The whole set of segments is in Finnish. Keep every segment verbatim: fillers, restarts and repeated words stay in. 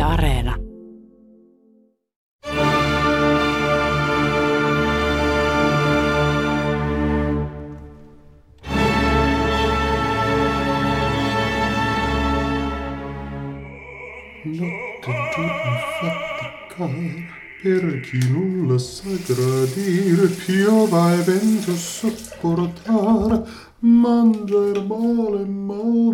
Areena. Notten giorni fatti cara, per chi nulla saprà dire, piova e vento sopportare, mangiar male, mal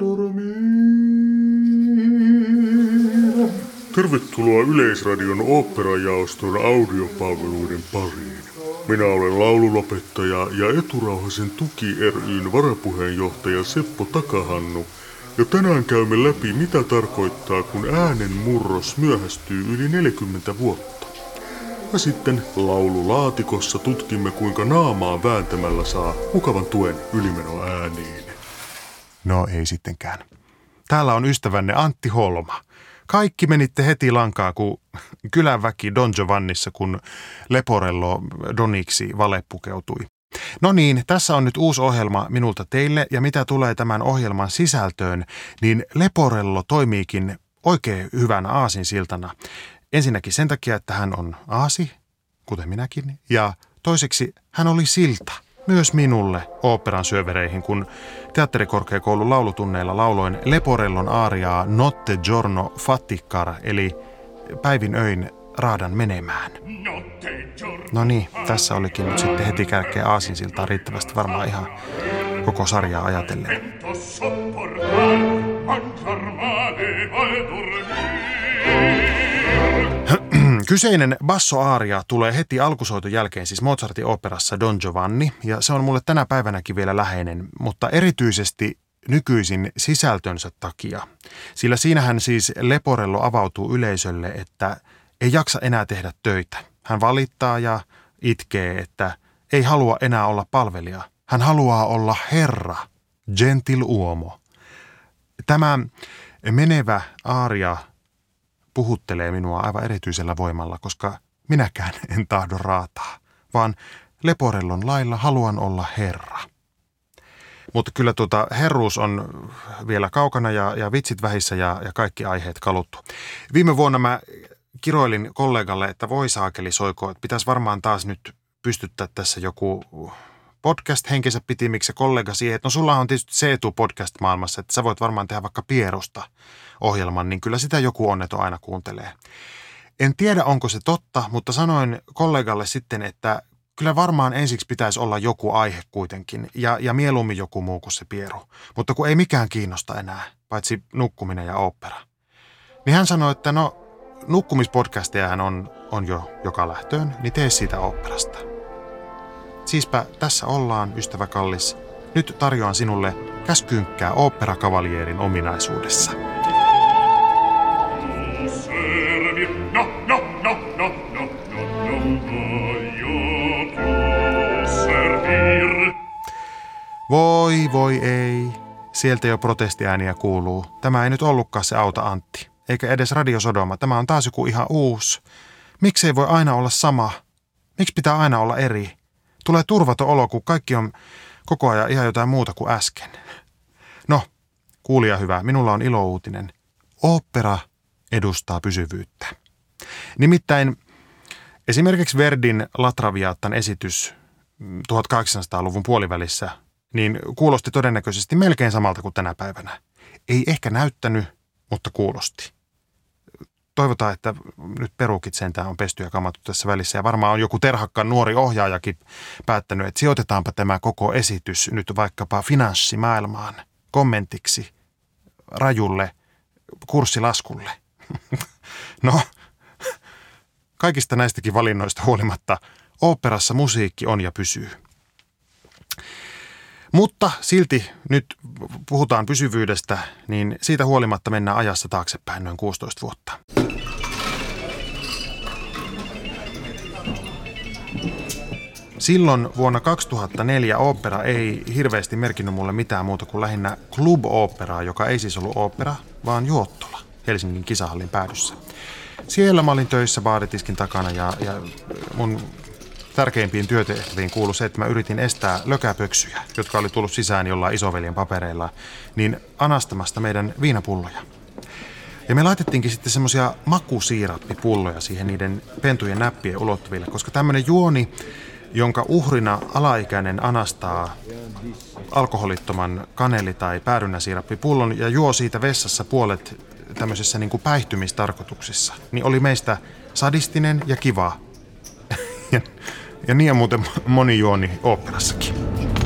dormire. Tervetuloa Yleisradion oopperajaoston audiopalveluiden pariin. Minä olen laululopettaja ja Eturauhasen tuki ry:n varapuheenjohtaja Seppo Takahannu. Ja tänään käymme läpi, mitä tarkoittaa, kun äänen murros myöhästyy yli neljäkymmentä vuotta. Ja sitten laululaatikossa tutkimme, kuinka naamaa vääntämällä saa mukavan tuen ylimeno ääniin. No ei sittenkään. Täällä on ystävänne Antti Holma. Kaikki menitte heti lankaa, kun kylänväki Don Giovannissa, kun Leporello Doniksi valeppukeutui. No niin, tässä on nyt uusi ohjelma minulta teille, ja mitä tulee tämän ohjelman sisältöön, niin Leporello toimiikin oikein hyvänä aasinsiltana. Ensinnäkin sen takia, että hän on aasi, kuten minäkin, ja toiseksi hän oli silta myös minulle oopperan syövereihin, kun teatterikorkeakoulun laulutunneilla lauloin Leporellon aariaa Notte giorno faticcar, eli päivin öin raadan menemään. No niin, tässä olikin nyt sitten heti kärkeä aasinsiltaa riittävästi varmaan ihan koko sarjaa ajatellen. Kyseinen basso-aaria tulee heti alkusoiton jälkeen siis Mozartin oopperassa Don Giovanni, ja se on mulle tänä päivänäkin vielä läheinen, mutta erityisesti nykyisin sisältönsä takia. Sillä siinähän siis Leporello avautuu yleisölle, että ei jaksa enää tehdä töitä. Hän valittaa ja itkee, että ei halua enää olla palvelija. Hän haluaa olla herra, gentil uomo. Tämä menevä aaria puhuttelee minua aivan erityisellä voimalla, koska minäkään en tahdo raataa, vaan Leporellon lailla haluan olla herra. Mutta kyllä tuota herruus on vielä kaukana ja, ja vitsit vähissä ja, ja kaikki aiheet kaluttu. Viime vuonna mä kiroilin kollegalle, että voi saakeli soiko, että pitäisi varmaan taas nyt pystyttää tässä joku podcast henkensä pitimiksi ja kollega siihen, että no sulla on tietysti se etu podcast-maailmassa, että sä voit varmaan tehdä vaikka Pierosta ohjelman, niin kyllä sitä joku onneton aina kuuntelee. En tiedä, onko se totta, mutta sanoin kollegalle sitten, että kyllä varmaan ensiksi pitäisi olla joku aihe kuitenkin ja, ja mieluummin joku muu kuin se Piero. Mutta kun ei mikään kiinnosta enää, paitsi nukkuminen ja opera. Niin hän sanoi, että no nukkumispodcastejahan on, on jo joka lähtöön, niin tee siitä oopperasta. Siispä tässä ollaan, ystävä kallis. Nyt tarjoan sinulle käskynkkää oopperacavalierin ominaisuudessa. No, no, no, no, no, no, no, Voi, voi ei. Sieltä jo protestiääniä kuuluu. Tämä ei nyt ollutkaan se auta Antti. Eikä edes Radio Sodoma. Tämä on taas joku ihan uusi. Miksi ei voi aina olla sama? Miksi pitää aina olla eri? Tulee turvaton olo, kun kaikki on koko ajan ihan jotain muuta kuin äsken. No, kuulija hyvä, minulla on ilouutinen. Ooppera edustaa pysyvyyttä. Nimittäin esimerkiksi Verdin La Traviatan esitys tuhatkahdeksansataaluvun puolivälissä niin kuulosti todennäköisesti melkein samalta kuin tänä päivänä. Ei ehkä näyttänyt, mutta kuulosti. Toivotaan, että nyt perukit sentään on pesty ja kamattu tässä välissä. Ja varmaan on joku terhakkaan nuori ohjaajakin päättänyt, että sijoitetaanpa tämä koko esitys nyt vaikkapa finanssimaailmaan kommentiksi rajulle kurssilaskulle. No, kaikista näistäkin valinnoista huolimatta oopperassa musiikki on ja pysyy. Mutta silti nyt puhutaan pysyvyydestä, niin siitä huolimatta mennään ajassa taaksepäin noin kuusitoista vuotta. Silloin vuonna kaksituhattaneljä ooppera ei hirveästi merkinnyt mulle mitään muuta kuin lähinnä club-oopperaa, joka ei siis ollut ooppera, vaan Juottola Helsingin kisahallin päädyssä. Siellä mä olin töissä baaritiskin takana ja, ja mun tärkeimpiin työtehtäviin kuului se, että mä yritin estää lökäpöksyjä, jotka oli tullut sisään jollain isoveljen papereilla, niin anastamasta meidän viinapulloja. Ja me laitettiinkin sitten semmoisia makusiirappipulloja siihen niiden pentujen näppien ulottuville, koska tämmöinen juoni, jonka uhrina alaikäinen anastaa alkoholittoman kaneli- tai päärynäsiirappipullon ja juo siitä vessassa puolet tämmöisessä niin kuin päihtymistarkoituksissa, niin oli meistä sadistinen ja kiva. ja, ja niin on muuten moni juoni oopperassakin.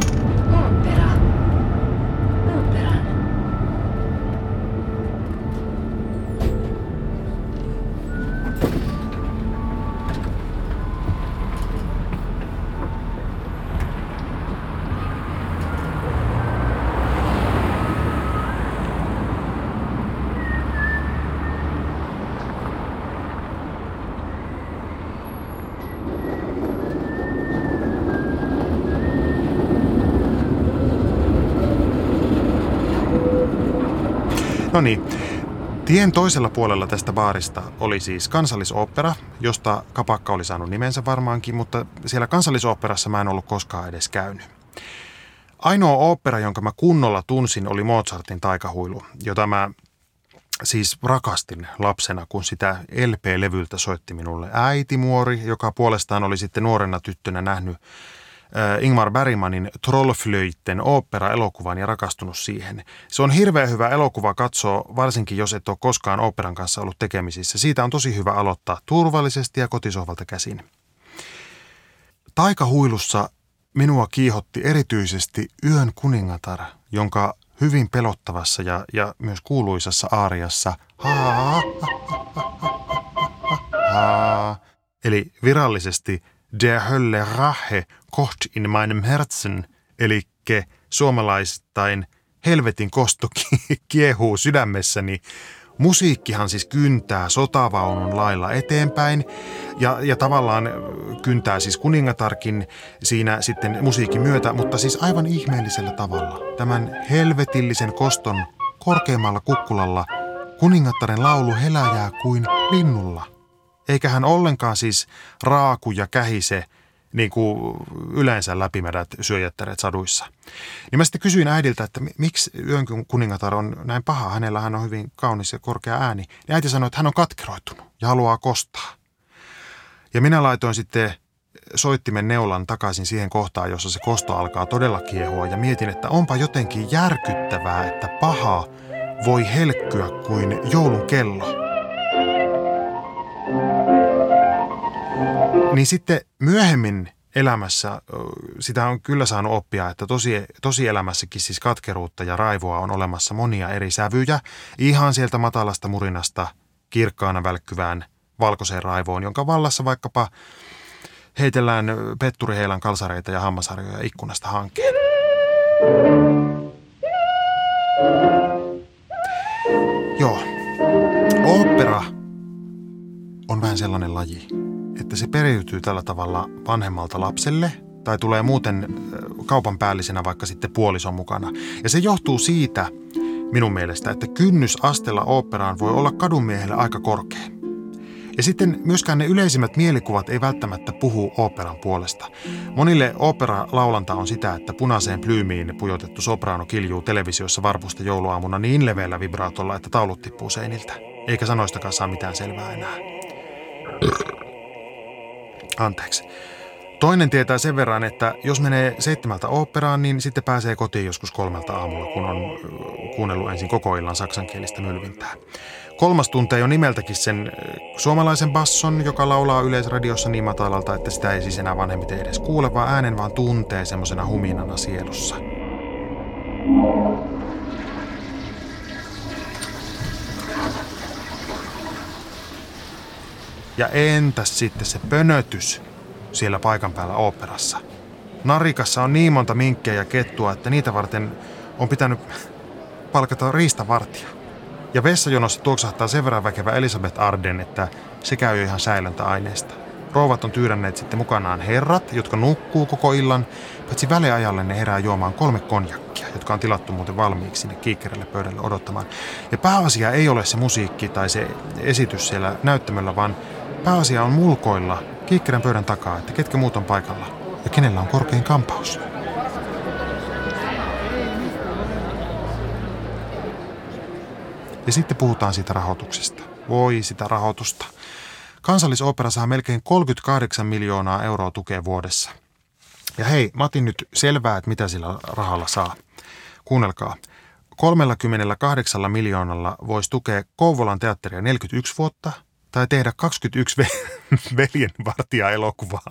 No niin, tien toisella puolella tästä baarista oli siis Kansallisooppera, josta kapakka oli saanut nimensä varmaankin, mutta siellä Kansallisoopperassa mä en ollut koskaan edes käynyt. Ainoa ooppera, jonka mä kunnolla tunsin, oli Mozartin Taikahuilu, jota mä siis rakastin lapsena, kun sitä L P-levyltä soitti minulle äitimuori, joka puolestaan oli sitten nuorena tyttönä nähnyt Ingmar Bergmanin Trollflöjten ooppera-elokuvan ja rakastunut siihen. Se on hirveän hyvä elokuva katsoa, varsinkin jos et ole koskaan oopperan kanssa ollut tekemisissä. Siitä on tosi hyvä aloittaa turvallisesti ja kotisohvalta käsin. Taikahuilussa minua kiihotti erityisesti Yön kuningatar, jonka hyvin pelottavassa ja, ja myös kuuluisassa aariassa haa, haa, eli virallisesti Der Hölle Rache kocht in meinem Herzen, eli suomalaistain helvetin kosto kiehuu sydämessäni. Musiikkihan siis kyntää sotavaunun lailla eteenpäin ja, ja tavallaan kyntää siis kuningatarkin siinä sitten musiikin myötä, mutta siis aivan ihmeellisellä tavalla. Tämän helvetillisen koston korkeammalla kukkulalla kuningattaren laulu heläjää kuin linnulla. Eikä hän ollenkaan siis raaku ja kähise, niin kuin yleensä läpimärät syöjättäreet saduissa. Niin mä sitten kysyin äidiltä, että miksi Yön kuningatar on näin paha, hänellähän on hyvin kaunis ja korkea ääni. Ja äiti sanoi, että hän on katkeroitunut ja haluaa kostaa. Ja minä laitoin sitten soittimen neulan takaisin siihen kohtaan, jossa se kosto alkaa todella kiehua. Ja mietin, että onpa jotenkin järkyttävää, että paha voi helkkyä kuin joulun kello. Niin sitten myöhemmin elämässä sitä on kyllä saanut oppia, että tosi, tosielämässäkin siis katkeruutta ja raivoa on olemassa monia eri sävyjä. Ihan sieltä matalasta murinasta kirkkaana välkkyvään valkoiseen raivoon, jonka vallassa vaikkapa heitellään Petturi Heilan kalsareita ja hammasharjoja ikkunasta hankeen. Joo, ooppera on vähän sellainen laji, että se periytyy tällä tavalla vanhemmalta lapselle tai tulee muuten kaupan päällisenä vaikka sitten puolison mukana. Ja se johtuu siitä minun mielestä, että kynnys astella oopperaan voi olla kadunmiehelle aika korkea. Ja sitten myöskään ne yleisimmät mielikuvat ei välttämättä puhu oopperan puolesta. Monille ooppera-laulanta on sitä, että punaiseen plyymiin pujotettu sopraano kiljuu televisiossa varpusta jouluaamuna niin leveällä vibraatolla, että taulut tippuu seiniltä. Eikä sanoistakaan saa mitään selvää enää. Anteeksi. Toinen tietää sen verran, että jos menee seitsemältä oopperaan, niin sitten pääsee kotiin joskus kolmelta aamulla, kun on kuunnellut ensin koko illan saksankielistä mylvintää. Kolmas tuntee jo nimeltäkin sen suomalaisen basson, joka laulaa Yleisradiossa niin matalalta, että sitä ei siis enää vanhemmit edes kuule, vaan äänen vaan tuntee semmoisena huminana sielussa. Ja entäs sitten se pönötys siellä paikan päällä oopperassa? Narikassa on niin monta minkkejä ja kettua, että niitä varten on pitänyt palkata riistavartija. Ja vessajonossa tuoksahtaa sen verran väkevä Elisabeth Arden, että se käy jo ihan säilöntäaineesta. Rouvat on tyyränneet sitten mukanaan herrat, jotka nukkuu koko illan, paitsi väliajalle ne herää juomaan kolme konjakkia, jotka on tilattu muuten valmiiksi sinne kiikkerelle pöydälle odottamaan. Ja pääasia ei ole se musiikki tai se esitys siellä näyttämöllä, vaan pääasia on mulkoilla kiikkerän pöydän takaa, että ketkä muut on paikalla ja kenellä on korkein kampaus. Ja sitten puhutaan siitä rahoituksesta. Voi sitä rahoitusta. Kansallisooppera saa melkein kolmekymmentäkahdeksan miljoonaa euroa tukea vuodessa. Ja hei, mä otin nyt selvää, että mitä sillä rahalla saa. Kuunnelkaa. kolmekymmentäkahdeksan miljoonalla voisi tukea Kouvolan teatteria neljäkymmentäyksi vuotta tai tehdä kaksikymmentäyksi veljenvartija-elokuvaa.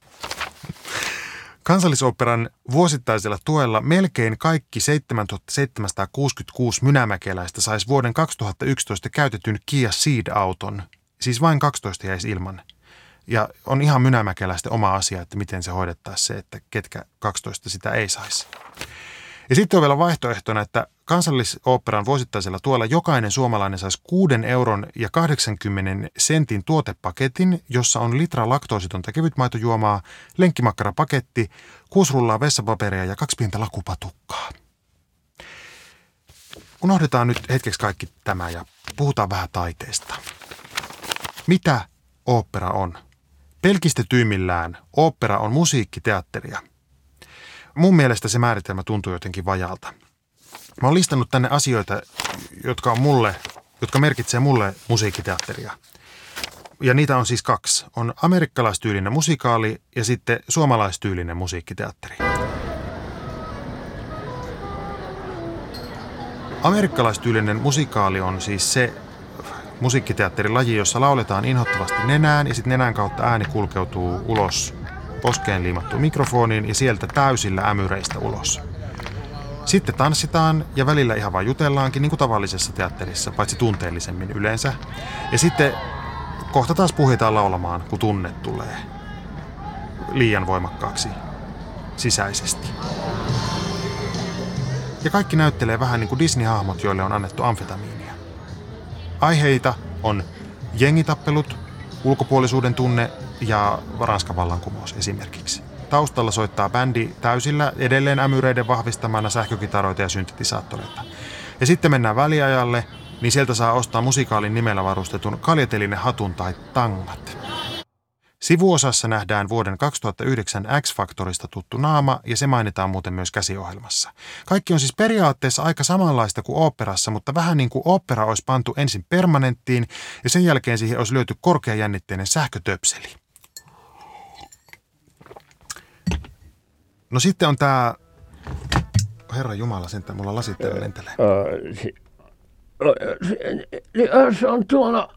Kansallisoopperan vuosittaisella tuella melkein kaikki seitsemäntuhatta seitsemänsataakuusikymmentäkuusi mynämäkeläistä saisi vuoden kaksituhattayksitoista käytetyn Kia Ceed-auton. Siis vain kaksitoista jäisi ilman. Ja on ihan mynämäkeläisten oma asia, että miten se hoidettaisiin se, että ketkä kaksitoista sitä ei saisi. Ja sitten on vielä vaihtoehtona, että Kansallisoopperan vuosittaisella tuella jokainen suomalainen saisi kuuden euron ja kahdeksankymmenen sentin tuotepaketin, jossa on litra laktoositonta kevytmaitojuomaa, lenkkimakkarapaketti, kuusi rullaa vessapaperia ja kaksi pientä lakupatukkaa. Unohdetaan nyt hetkeksi kaikki tämä ja puhutaan vähän taiteesta. Mitä ooppera on? Pelkistetyimmillään ooppera on musiikkiteatteria. Mun mielestä se määritelmä tuntuu jotenkin vajalta. Mä oon listannut tänne asioita, jotka on mulle, jotka merkitsee mulle musiikkiteatteria. Ja niitä on siis kaksi. On amerikkalaistyylinen musikaali ja sitten suomalaistyylinen musiikkiteatteri. Amerikkalaistyylinen musikaali on siis se musiikkiteatterilaji, jossa lauletaan inhottavasti nenään ja sitten nenän kautta ääni kulkeutuu ulos poskeen liimattuun mikrofoniin ja sieltä täysillä ämyreistä ulos. Sitten tanssitaan ja välillä ihan vaan jutellaankin niin kuin tavallisessa teatterissa, paitsi tunteellisemmin yleensä. Ja sitten kohta taas puhutaan laulamaan, kun tunne tulee liian voimakkaaksi sisäisesti. Ja kaikki näyttelee vähän niin kuin Disney-hahmot, joille on annettu amfetamiinia. Aiheita on jengitappelut, ulkopuolisuuden tunne ja Ranskan vallankumous esimerkiksi. Taustalla soittaa bändi täysillä edelleen ämyreiden vahvistamana sähkökitaroita ja syntetisaattoreita. Ja sitten mennään väliajalle, niin sieltä saa ostaa musikaalin nimellä varustetun kaljetelinen hatun tai tangat. Sivuosassa nähdään vuoden kaksituhattayhdeksän X-Factorista tuttu naama ja se mainitaan muuten myös käsiohjelmassa. Kaikki on siis periaatteessa aika samanlaista kuin oopperassa, mutta vähän niin kuin ooppera olisi pantu ensin permanenttiin ja sen jälkeen siihen olisi löyty korkeajännitteinen sähkötöpseli. No sitten on tää... Herra Jumala, sentään mulla lasit täällä lentelee. Se on tuolla...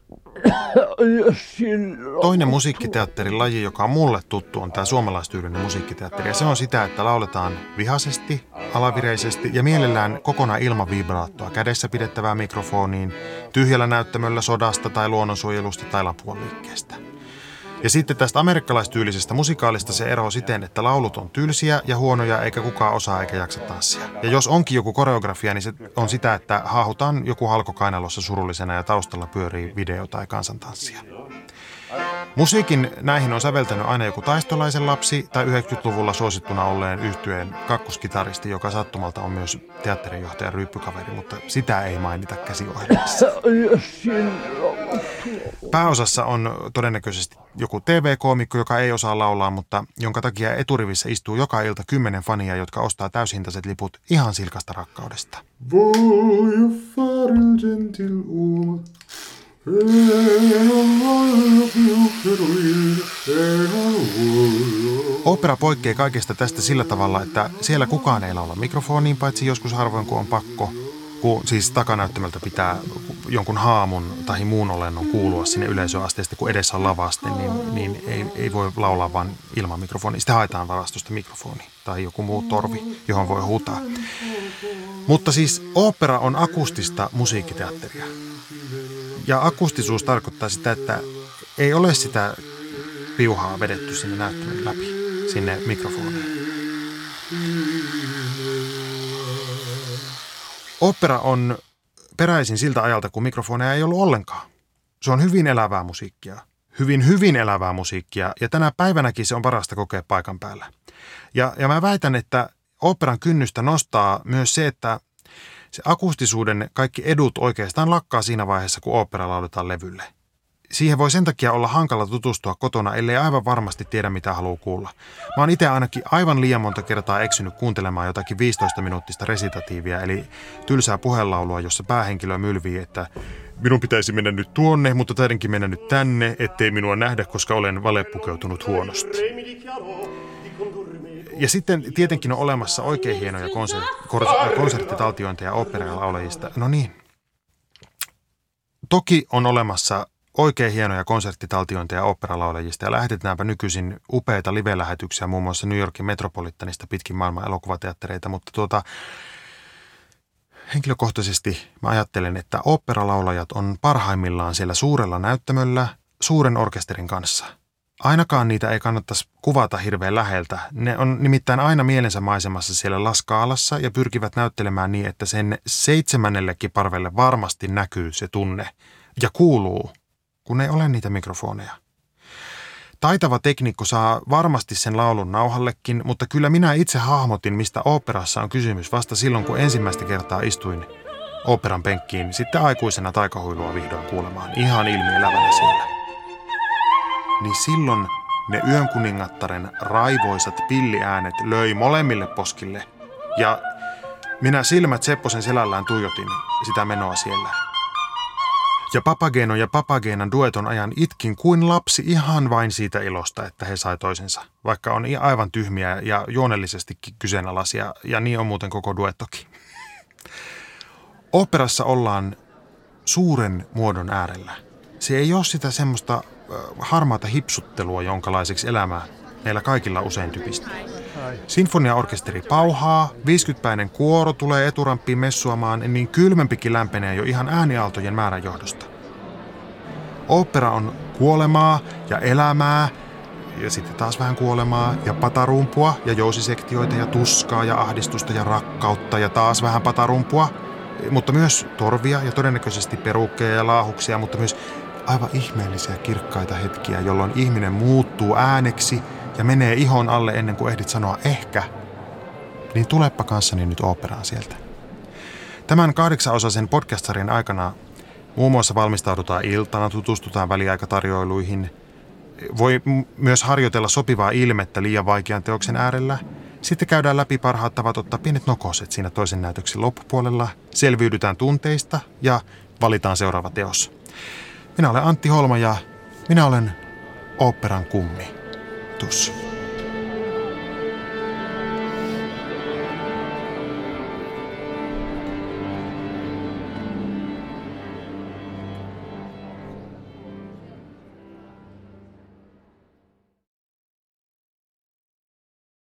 Toinen musiikkiteatterin laji, joka on mulle tuttu, on tämä suomalaistyylinen musiikkiteatteri. Ja se on sitä, että lauletaan vihaisesti, alavireisesti ja mielellään kokonaan ilman vibraattoa kädessä pidettävää mikrofoniin, tyhjällä näyttämöllä sodasta tai luonnonsuojelusta tai Lapuan liikkeestä. Ja sitten tästä amerikkalaistyylisestä musikaalista se ero siten, että laulut on tylsiä ja huonoja eikä kukaan osaa eikä jaksa tanssia. Ja jos onkin joku koreografia, niin se on sitä, että haahutaan joku halko kainalossa surullisena ja taustalla pyörii video tai kansantanssia. Musiikin näihin on säveltänyt aina joku taistolaisen lapsi tai yhdeksänkymmentäluvulla suosittuna olleen yhtyeen kakkoskitaristi, joka sattumalta on myös teatterijohtajan ryyppykaveri, mutta sitä ei mainita käsiohjelmassa. Pääosassa on todennäköisesti joku T V-koomikko, joka ei osaa laulaa, mutta jonka takia eturivissä istuu joka ilta kymmenen fania, jotka ostaa täyshintaiset liput ihan silkasta rakkaudesta. Opera poikkeaa kaikesta tästä sillä tavalla, että siellä kukaan ei laula mikrofoniin, paitsi joskus harvoin kun on pakko, kun siis takanäyttämöltä pitää jonkun haamun tai muun olennon kuulua sinne yleisöasteesta, kun edessä on lavaste, niin, niin ei, ei voi laulaa vaan ilman mikrofonia. Sitten haetaan varastosta mikrofoni tai joku muu torvi, johon voi huutaa. Mutta siis opera on akustista musiikkiteatteria. Ja akustisuus tarkoittaa sitä, että ei ole sitä piuhaa vedetty sinne näyttämön läpi, sinne mikrofoniin. Opera on peräisin siltä ajalta, kun mikrofoneja ei ollut ollenkaan. Se on hyvin elävää musiikkia. Hyvin, hyvin elävää musiikkia. Ja tänä päivänäkin se on parasta kokea paikan päällä. Ja, ja mä väitän, että operan kynnystä nostaa myös se, että se akustisuuden kaikki edut oikeastaan lakkaa siinä vaiheessa, kun opera lauletaan levylle. siihen voi sen takia olla hankala tutustua kotona, ellei aivan varmasti tiedä, mitä haluaa kuulla. Mä oon itse ainakin aivan liian monta kertaa eksynyt kuuntelemaan jotakin viisitoista minuuttista resitatiivia, eli tylsää puhelaulua, jossa päähenkilö mylvii, että minun pitäisi mennä nyt tuonne, mutta taidenkin mennä nyt tänne, ettei minua nähdä, koska olen valepukeutunut huonosti. Ja sitten tietenkin on olemassa oikein hienoja konsert- konserttitaltiointeja oopperalaulajista. No niin. Toki on olemassa oikein hienoja konserttitaltiointeja oopperalaulajista ja lähetetäänpä nykyisin upeita live-lähetyksiä muun muassa New Yorkin Metropolitanista pitkin maailman elokuvateattereita, mutta tuota, henkilökohtaisesti mä ajattelen, että oopperalaulajat on parhaimmillaan siellä suurella näyttämöllä suuren orkesterin kanssa. Ainakaan niitä ei kannattaisi kuvata hirveän läheltä. Ne on nimittäin aina mielensä maisemassa siellä laskaalassa ja pyrkivät näyttelemään niin, että sen seitsemännellekin parvelle varmasti näkyy se tunne ja kuuluu, kun ei ole niitä mikrofoneja. Taitava teknikko saa varmasti sen laulun nauhallekin, mutta kyllä minä itse hahmotin, mistä oopperassa on kysymys vasta silloin, kun ensimmäistä kertaa istuin oopperan penkkiin sitten aikuisena taikahuilua vihdoin kuulemaan, ihan ilmielävänä siellä. Niin silloin ne yönkuningattaren raivoisat pilliäänet löi molemmille poskille ja minä silmät Sepposen selällään tuijotin sitä menoa siellä. Ja Papagenon ja Papageenan dueton ajan itkin kuin lapsi ihan vain siitä ilosta, että he sai toisensa, vaikka on aivan tyhmiä ja juonellisestikin kyseenalaisia, ja niin on muuten koko duettokin. Oopperassa ollaan suuren muodon äärellä. Se ei ole sitä semmoista harmaata hipsuttelua, jonkalaiseksi elämää meillä kaikilla usein typistää. Sinfoniaorkesteri pauhaa, viisikymmenpäinen kuoro tulee eturamppiin messuamaan, niin kylmempikin lämpenee jo ihan ääniaaltojen määrän johdosta. Ooppera on kuolemaa ja elämää, ja sitten taas vähän kuolemaa ja patarumpua ja jousisektioita ja tuskaa ja ahdistusta ja rakkautta ja taas vähän patarumpua, mutta myös torvia ja todennäköisesti peruukkeja ja laahuksia, mutta myös aivan ihmeellisiä kirkkaita hetkiä, jolloin ihminen muuttuu ääneksi ja menee ihon alle ennen kuin ehdit sanoa ehkä, niin tulepa kanssani nyt oopperaan sieltä. Tämän kahdeksanosaisen podcast-sarjan aikana muun muassa valmistaudutaan iltana, tutustutaan väliaikatarjoiluihin, voi m- myös harjoitella sopivaa ilmettä liian vaikean teoksen äärellä. Sitten käydään läpi parhaat tavat ottaa pienet nokoset siinä toisen näytöksen loppupuolella, selviydytään tunteista ja valitaan seuraava teos. Minä olen Antti Holma ja minä olen oopperan kummi. Tuss.